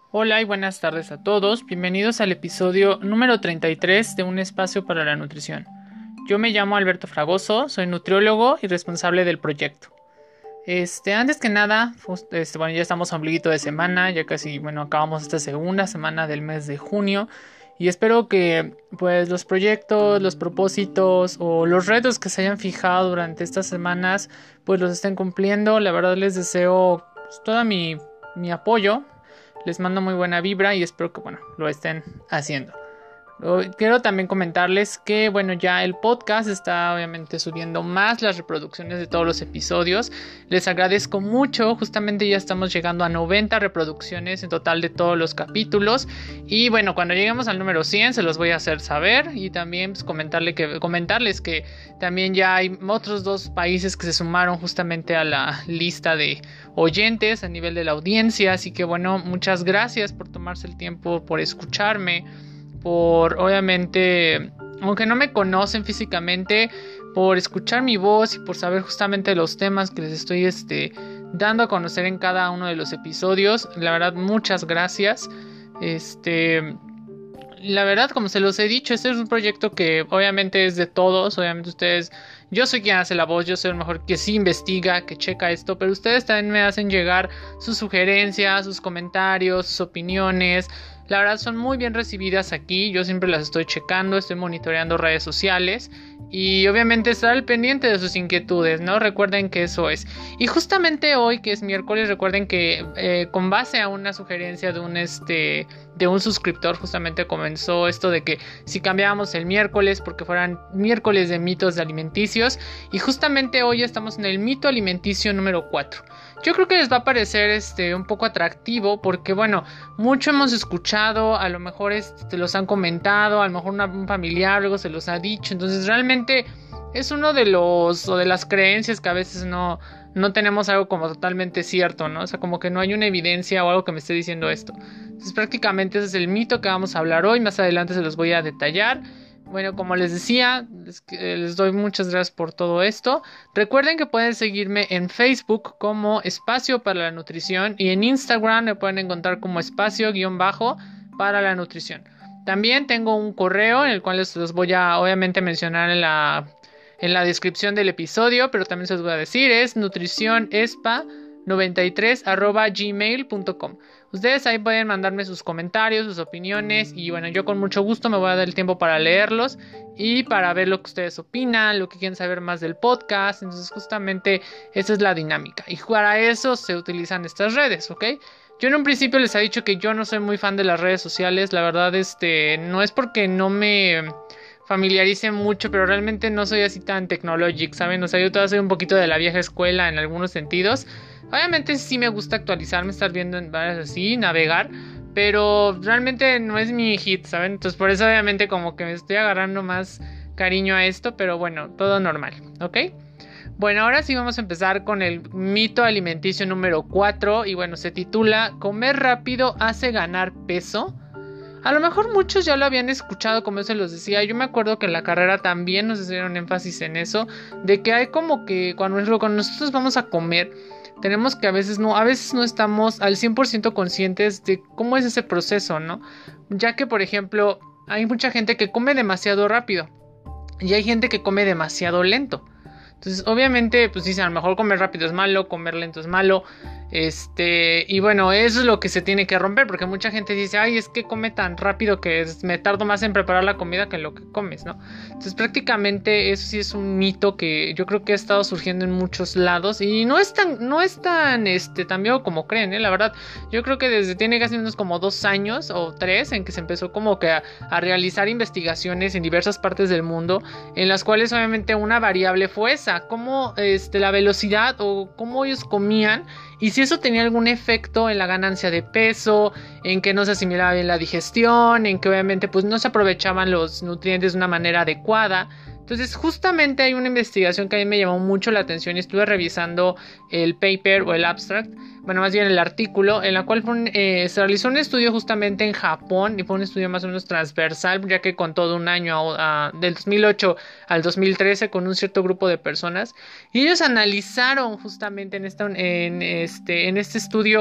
Hola y buenas tardes a todos, bienvenidos al episodio número 33 de Un Espacio para la Nutrición. Yo me llamo Alberto Fragoso, soy nutriólogo y responsable del proyecto. Antes que nada, ya estamos a ombliguito de semana, ya casi, acabamos esta segunda semana del mes de junio y espero que pues los proyectos, los propósitos o los retos que se hayan fijado durante estas semanas pues los estén cumpliendo. La verdad les deseo pues, todo mi apoyo. Les mando muy buena vibra y espero que lo estén haciendo. Quiero también comentarles que ya el podcast está obviamente subiendo más las reproducciones de todos los episodios. Les agradezco mucho, justamente ya estamos llegando a 90 reproducciones en total de todos los capítulos. Y cuando lleguemos al número 100 se los voy a hacer saber. Y también pues, comentarles que también ya hay otros 2 países que se sumaron justamente a la lista de oyentes a nivel de la audiencia. Así que muchas gracias por tomarse el tiempo, por escucharme, por obviamente, aunque no me conocen físicamente, por escuchar mi voz y por saber justamente los temas que les estoy dando a conocer en cada uno de los episodios. La verdad, muchas gracias. La verdad, como se los he dicho, este es un proyecto que obviamente es de todos. Obviamente ustedes, yo soy quien hace la voz, yo soy el mejor que sí investiga, que checa esto, pero ustedes también me hacen llegar sus sugerencias, sus comentarios, sus opiniones. La verdad son muy bien recibidas aquí, yo siempre las estoy checando, estoy monitoreando redes sociales y obviamente estar al pendiente de sus inquietudes, ¿no? Recuerden que eso es. Y justamente hoy, que es miércoles, recuerden que con base a una sugerencia de un suscriptor, justamente comenzó esto de que si cambiábamos el miércoles porque fueran miércoles de mitos alimenticios, y justamente hoy estamos en el mito alimenticio número 4. Yo creo que les va a parecer un poco atractivo porque mucho hemos escuchado, a lo mejor te los han comentado, a lo mejor un familiar luego se los ha dicho, entonces realmente es uno de las creencias que a veces no tenemos algo como totalmente cierto, ¿no? O sea, como que no hay una evidencia o algo que me esté diciendo esto. Entonces prácticamente ese es el mito que vamos a hablar hoy, más adelante se los voy a detallar. Como les decía, les doy muchas gracias por todo esto. Recuerden que pueden seguirme en Facebook como Espacio para la Nutrición y en Instagram me pueden encontrar como espacio-para la nutrición. También tengo un correo en el cual los voy a obviamente mencionar en la descripción del episodio, pero también se los voy a decir, es nutricionespa93@gmail.com. Ustedes ahí pueden mandarme sus comentarios, sus opiniones y yo con mucho gusto me voy a dar el tiempo para leerlos y para ver lo que ustedes opinan, lo que quieren saber más del podcast. Entonces justamente esa es la dinámica y para eso se utilizan estas redes, ¿ok? Yo en un principio les he dicho que yo no soy muy fan de las redes sociales, la verdad no es porque no me familiarice mucho, pero realmente no soy así tan tecnológico, ¿saben? O sea, yo todavía soy un poquito de la vieja escuela en algunos sentidos. Obviamente sí me gusta actualizarme, estar viendo en varias así, navegar, pero realmente no es mi hit, ¿saben? Entonces por eso obviamente como que me estoy agarrando más cariño a esto, pero todo normal, ¿ok? Ahora sí vamos a empezar con el mito alimenticio número 4 y se titula ¿Comer rápido hace ganar peso? A lo mejor muchos ya lo habían escuchado, como se los decía. Yo me acuerdo que en la carrera también nos hicieron énfasis en eso, de que hay como que cuando nosotros vamos a comer, tenemos que a veces no estamos al 100% conscientes de cómo es ese proceso, ¿no? Ya que, por ejemplo, hay mucha gente que come demasiado rápido y hay gente que come demasiado lento. Entonces, obviamente, pues dicen, a lo mejor comer rápido es malo, comer lento es malo. Eso es lo que se tiene que romper, porque mucha gente dice, ay, es que come tan rápido que me tardo más en preparar la comida que lo que comes, ¿no? Entonces prácticamente eso sí es un mito que yo creo que ha estado surgiendo en muchos lados y no es tan tan viejo como creen, la verdad. Yo creo que tiene casi unos como 2 años o 3 en que se empezó como que a realizar investigaciones en diversas partes del mundo, en las cuales obviamente una variable fue esa, cómo la velocidad o cómo ellos comían, y si eso tenía algún efecto en la ganancia de peso, en que no se asimilaba bien la digestión, en que obviamente pues no se aprovechaban los nutrientes de una manera adecuada. Entonces justamente hay una investigación que a mí me llamó mucho la atención y estuve revisando el paper o el abstract, más bien el artículo, en la cual se realizó un estudio justamente en Japón y fue un estudio más o menos transversal, ya que contó de un año del 2008 al 2013 con un cierto grupo de personas, y ellos analizaron justamente en este estudio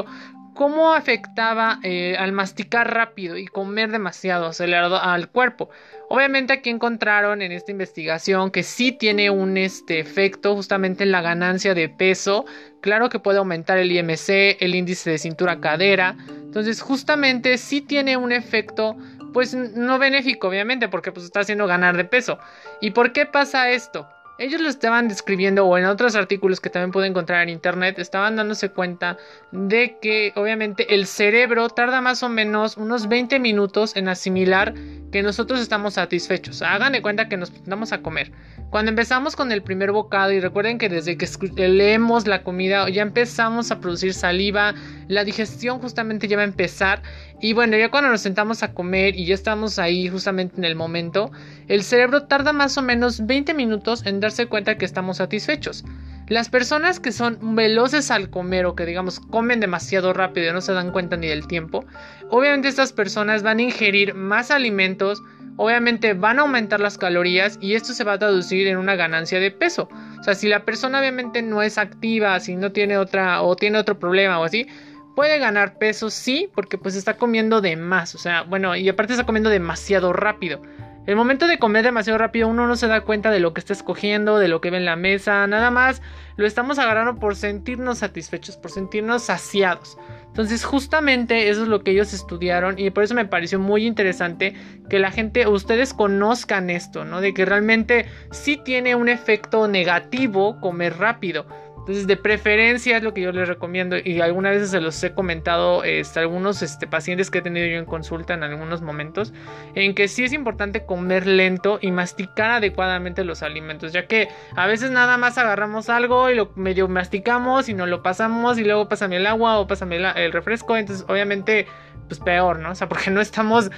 cómo afectaba al masticar rápido y comer demasiado acelerado al cuerpo. Obviamente aquí encontraron en esta investigación que sí tiene un efecto justamente en la ganancia de peso. Claro que puede aumentar el IMC, el índice de cintura-cadera. Entonces justamente sí tiene un efecto pues no benéfico, obviamente, porque pues está haciendo ganar de peso. ¿Y por qué pasa esto? Ellos lo estaban describiendo, o en otros artículos que también pude encontrar en internet, estaban dándose cuenta de que obviamente el cerebro tarda más o menos unos 20 minutos en asimilar que nosotros estamos satisfechos. Hagan de cuenta que nos vamos a comer. Cuando empezamos con el primer bocado, y recuerden que desde que leemos la comida ya empezamos a producir saliva, la digestión justamente ya va a empezar. Y bueno, ya cuando nos sentamos a comer y ya estamos ahí justamente en el momento, el cerebro tarda más o menos 20 minutos en darse cuenta que estamos satisfechos. Las personas que son veloces al comer o que digamos comen demasiado rápido y no se dan cuenta ni del tiempo, obviamente estas personas van a ingerir más alimentos, obviamente van a aumentar las calorías y esto se va a traducir en una ganancia de peso. O sea, si la persona obviamente no es activa, si no tiene otra o tiene otro problema o así, puede ganar peso, sí, porque pues está comiendo de más, o sea, bueno, y aparte está comiendo demasiado rápido. El momento de comer demasiado rápido uno no se da cuenta de lo que está escogiendo, de lo que ve en la mesa, nada más lo estamos agarrando por sentirnos satisfechos, por sentirnos saciados. Entonces justamente eso es lo que ellos estudiaron y por eso me pareció muy interesante que la gente, ustedes conozcan esto, ¿no? De que realmente sí tiene un efecto negativo comer rápido. Entonces, de preferencia es lo que yo les recomiendo y algunas veces se los he comentado a algunos pacientes que he tenido yo en consulta en algunos momentos, en que sí es importante comer lento y masticar adecuadamente los alimentos, ya que a veces nada más agarramos algo y lo medio masticamos y nos lo pasamos y luego pásame el agua o pásame el refresco, entonces obviamente pues peor, ¿no? O sea, porque no estamos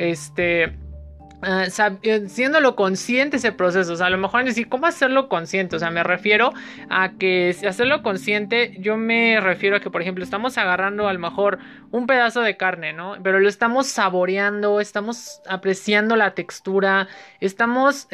siéndolo consciente ese proceso. O sea, a lo mejor decir, ¿cómo hacerlo consciente? O sea, me refiero a que hacerlo consciente, yo me refiero a que, por ejemplo, estamos agarrando a lo mejor un pedazo de carne, ¿no? Pero lo estamos saboreando, estamos apreciando la textura, estamos,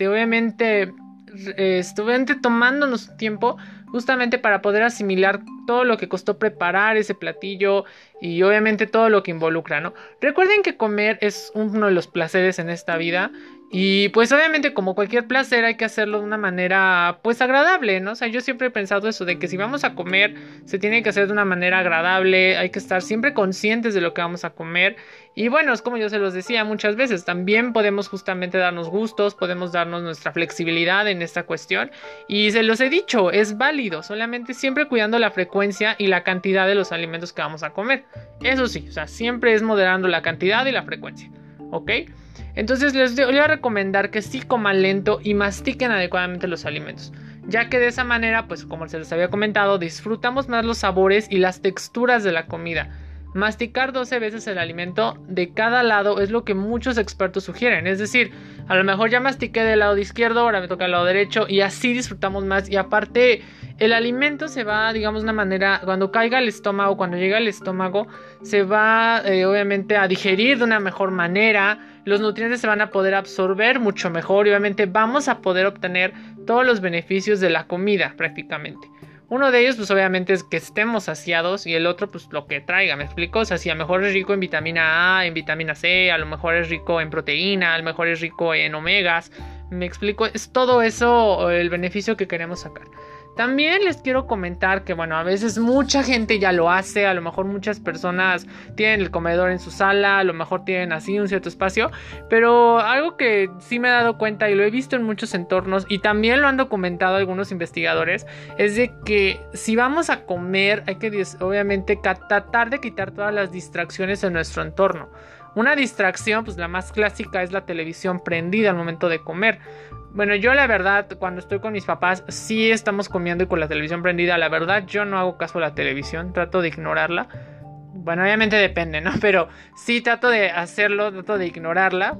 obviamente tomándonos tiempo justamente para poder asimilar todo lo que costó preparar ese platillo y obviamente todo lo que involucra, ¿no? Recuerden que comer es uno de los placeres en esta vida y pues obviamente como cualquier placer hay que hacerlo de una manera pues agradable, ¿no? O sea, yo siempre he pensado eso de que si vamos a comer se tiene que hacer de una manera agradable, hay que estar siempre conscientes de lo que vamos a comer y bueno, es como yo se los decía muchas veces, también podemos justamente darnos gustos, podemos darnos nuestra flexibilidad en esta cuestión y se los he dicho, es válido, solamente siempre cuidando la frecuencia y la cantidad de los alimentos que vamos a comer. Eso sí, o sea, siempre es moderando la cantidad y la frecuencia, ¿ok? Entonces les voy a recomendar que sí coman lento y mastiquen adecuadamente los alimentos, ya que de esa manera, pues como se les había comentado, disfrutamos más los sabores y las texturas de la comida. Masticar 12 veces el alimento de cada lado es lo que muchos expertos sugieren, es decir, a lo mejor ya mastiqué del lado izquierdo, ahora me toca el lado derecho y así disfrutamos más y aparte el alimento se va, digamos, de una manera, cuando caiga al estómago, cuando llega al estómago, se va obviamente a digerir de una mejor manera, los nutrientes se van a poder absorber mucho mejor y obviamente vamos a poder obtener todos los beneficios de la comida prácticamente. Uno de ellos pues obviamente es que estemos saciados y el otro pues lo que traiga, ¿me explico? O sea, si a lo mejor es rico en vitamina A, en vitamina C, a lo mejor es rico en proteína, a lo mejor es rico en omegas, ¿me explico? Es todo eso el beneficio que queremos sacar. También les quiero comentar que, bueno, a veces mucha gente ya lo hace, a lo mejor muchas personas tienen el comedor en su sala, a lo mejor tienen así un cierto espacio, pero algo que sí me he dado cuenta y lo he visto en muchos entornos y también lo han documentado algunos investigadores, es de que si vamos a comer hay que obviamente tratar de quitar todas las distracciones en nuestro entorno. Una distracción, pues la más clásica es la televisión prendida al momento de comer. Bueno, yo la verdad, cuando estoy con mis papás, sí estamos comiendo y con la televisión prendida. La verdad, yo no hago caso a la televisión, trato de ignorarla. Bueno, obviamente depende, ¿no? Pero sí trato de hacerlo, trato de ignorarla,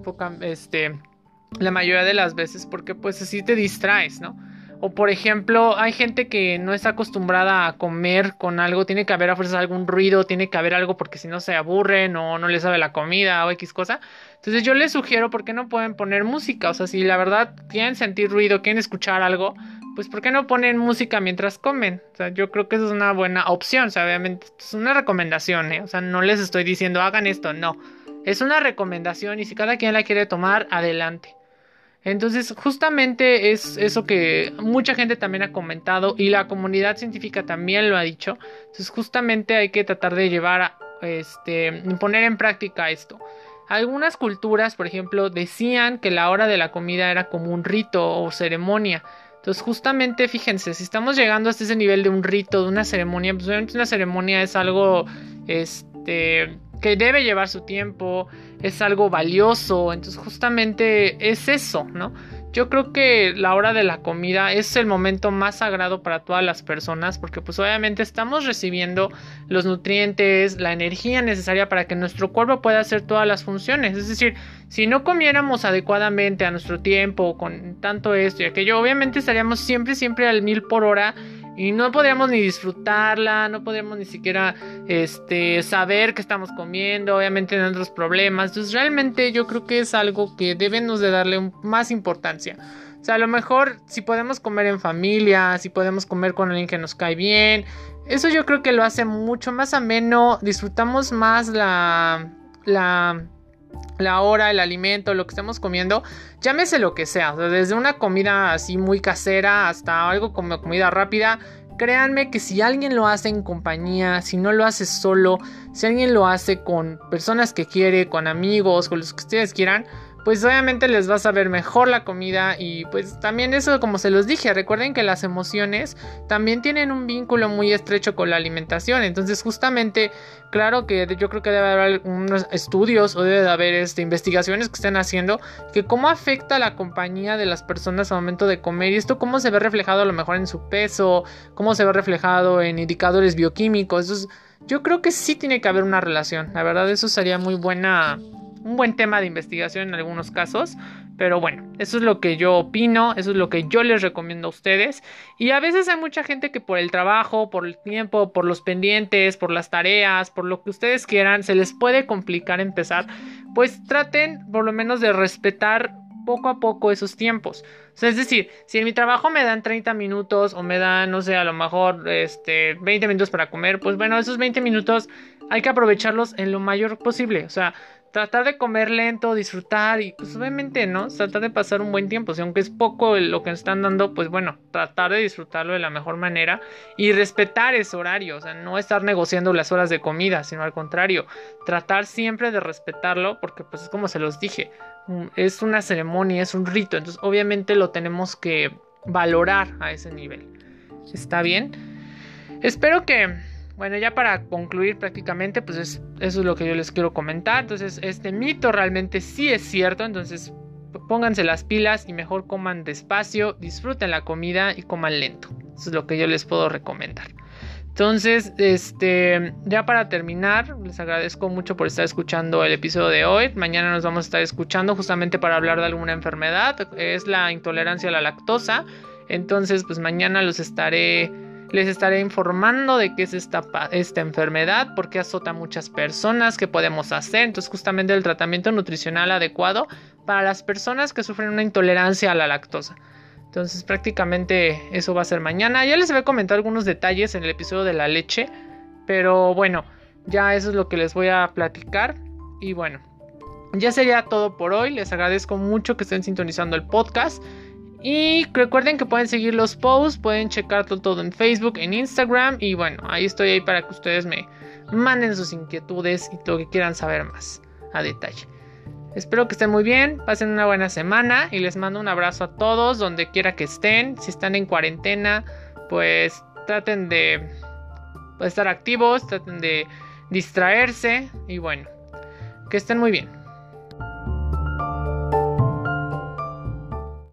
la mayoría de las veces, porque pues así te distraes, ¿no? O por ejemplo, hay gente que no está acostumbrada a comer con algo, tiene que haber a fuerzas algún ruido, tiene que haber algo porque si no se aburren o no les sabe la comida o X cosa. Entonces yo les sugiero por qué no pueden poner música, o sea, si la verdad quieren sentir ruido, quieren escuchar algo, pues ¿por qué no ponen música mientras comen? O sea, yo creo que eso es una buena opción. O sea, obviamente es una recomendación, ¿eh? O sea, no les estoy diciendo hagan esto, no. Es una recomendación y si cada quien la quiere tomar, adelante. Entonces, justamente es eso que mucha gente también ha comentado y la comunidad científica también lo ha dicho. Entonces, justamente hay que tratar de poner en práctica esto. Algunas culturas, por ejemplo, decían que la hora de la comida era como un rito o ceremonia. Entonces, justamente, fíjense, si estamos llegando hasta ese nivel de un rito, de una ceremonia, pues obviamente una ceremonia es algo, que debe llevar su tiempo, es algo valioso, entonces justamente es eso, ¿no? Yo creo que la hora de la comida es el momento más sagrado para todas las personas porque pues obviamente estamos recibiendo los nutrientes, la energía necesaria para que nuestro cuerpo pueda hacer todas las funciones. Es decir, si no comiéramos adecuadamente a nuestro tiempo con tanto esto y aquello, obviamente estaríamos siempre al 1000 por hora y no podríamos ni disfrutarla, no podríamos ni siquiera saber qué estamos comiendo, obviamente en otros problemas. Entonces realmente yo creo que es algo que debemos de darle más importancia. O sea, a lo mejor si podemos comer en familia, si podemos comer con alguien que nos cae bien, eso yo creo que lo hace mucho más ameno, disfrutamos más la hora, el alimento, lo que estemos comiendo, llámese lo que sea, o sea, desde una comida así muy casera hasta algo como comida rápida. Créanme que si alguien lo hace en compañía, si no lo hace solo, si alguien lo hace con personas que quiere, con amigos, con los que ustedes quieran, pues obviamente les va a saber mejor la comida. Y pues también eso, como se los dije, recuerden que las emociones también tienen un vínculo muy estrecho con la alimentación. Entonces justamente, claro que yo creo que debe haber unos estudios o debe de haber investigaciones que estén haciendo que cómo afecta la compañía de las personas al momento de comer y esto cómo se ve reflejado a lo mejor en su peso, cómo se ve reflejado en indicadores bioquímicos. Entonces yo creo que sí tiene que haber una relación. La verdad eso sería un buen tema de investigación en algunos casos, pero bueno, eso es lo que yo opino, eso es lo que yo les recomiendo a ustedes. Y a veces hay mucha gente que por el trabajo, por el tiempo, por los pendientes, por las tareas, por lo que ustedes quieran, se les puede complicar empezar. Pues traten por lo menos de respetar poco a poco esos tiempos. O sea, es decir, si en mi trabajo me dan 30 minutos o me dan, no sé, a lo mejor 20 minutos para comer, pues bueno, esos 20 minutos hay que aprovecharlos en lo mayor posible. O sea, tratar de comer lento, disfrutar y pues obviamente, ¿no? Tratar de pasar un buen tiempo. O sea, aunque es poco lo que nos están dando, pues bueno, tratar de disfrutarlo de la mejor manera y respetar ese horario. O sea, no estar negociando las horas de comida, sino al contrario, tratar siempre de respetarlo porque pues es como se los dije, es una ceremonia, es un rito. Entonces obviamente lo tenemos que valorar a ese nivel. ¿Está bien? Espero que... Bueno, ya para concluir prácticamente, pues eso es lo que yo les quiero comentar. Entonces, este mito realmente sí es cierto. Entonces, pónganse las pilas y mejor coman despacio, disfruten la comida y coman lento. Eso es lo que yo les puedo recomendar. Entonces, ya para terminar, les agradezco mucho por estar escuchando el episodio de hoy. Mañana nos vamos a estar escuchando justamente para hablar de alguna enfermedad. Es la intolerancia a la lactosa. Entonces, pues mañana les estaré informando de qué es esta enfermedad, por qué azota a muchas personas, qué podemos hacer. Entonces justamente el tratamiento nutricional adecuado para las personas que sufren una intolerancia a la lactosa. Entonces prácticamente eso va a ser mañana. Ya les había comentado algunos detalles en el episodio de la leche, pero bueno, ya eso es lo que les voy a platicar. Y bueno, ya sería todo por hoy. Les agradezco mucho que estén sintonizando el podcast. Y recuerden que pueden seguir los posts, pueden checar todo en Facebook, en Instagram. Y bueno, ahí estoy ahí para que ustedes me manden sus inquietudes y lo que quieran saber más a detalle. Espero que estén muy bien, pasen una buena semana y les mando un abrazo a todos donde quiera que estén. Si están en cuarentena, pues traten de estar activos, traten de distraerse y bueno, que estén muy bien.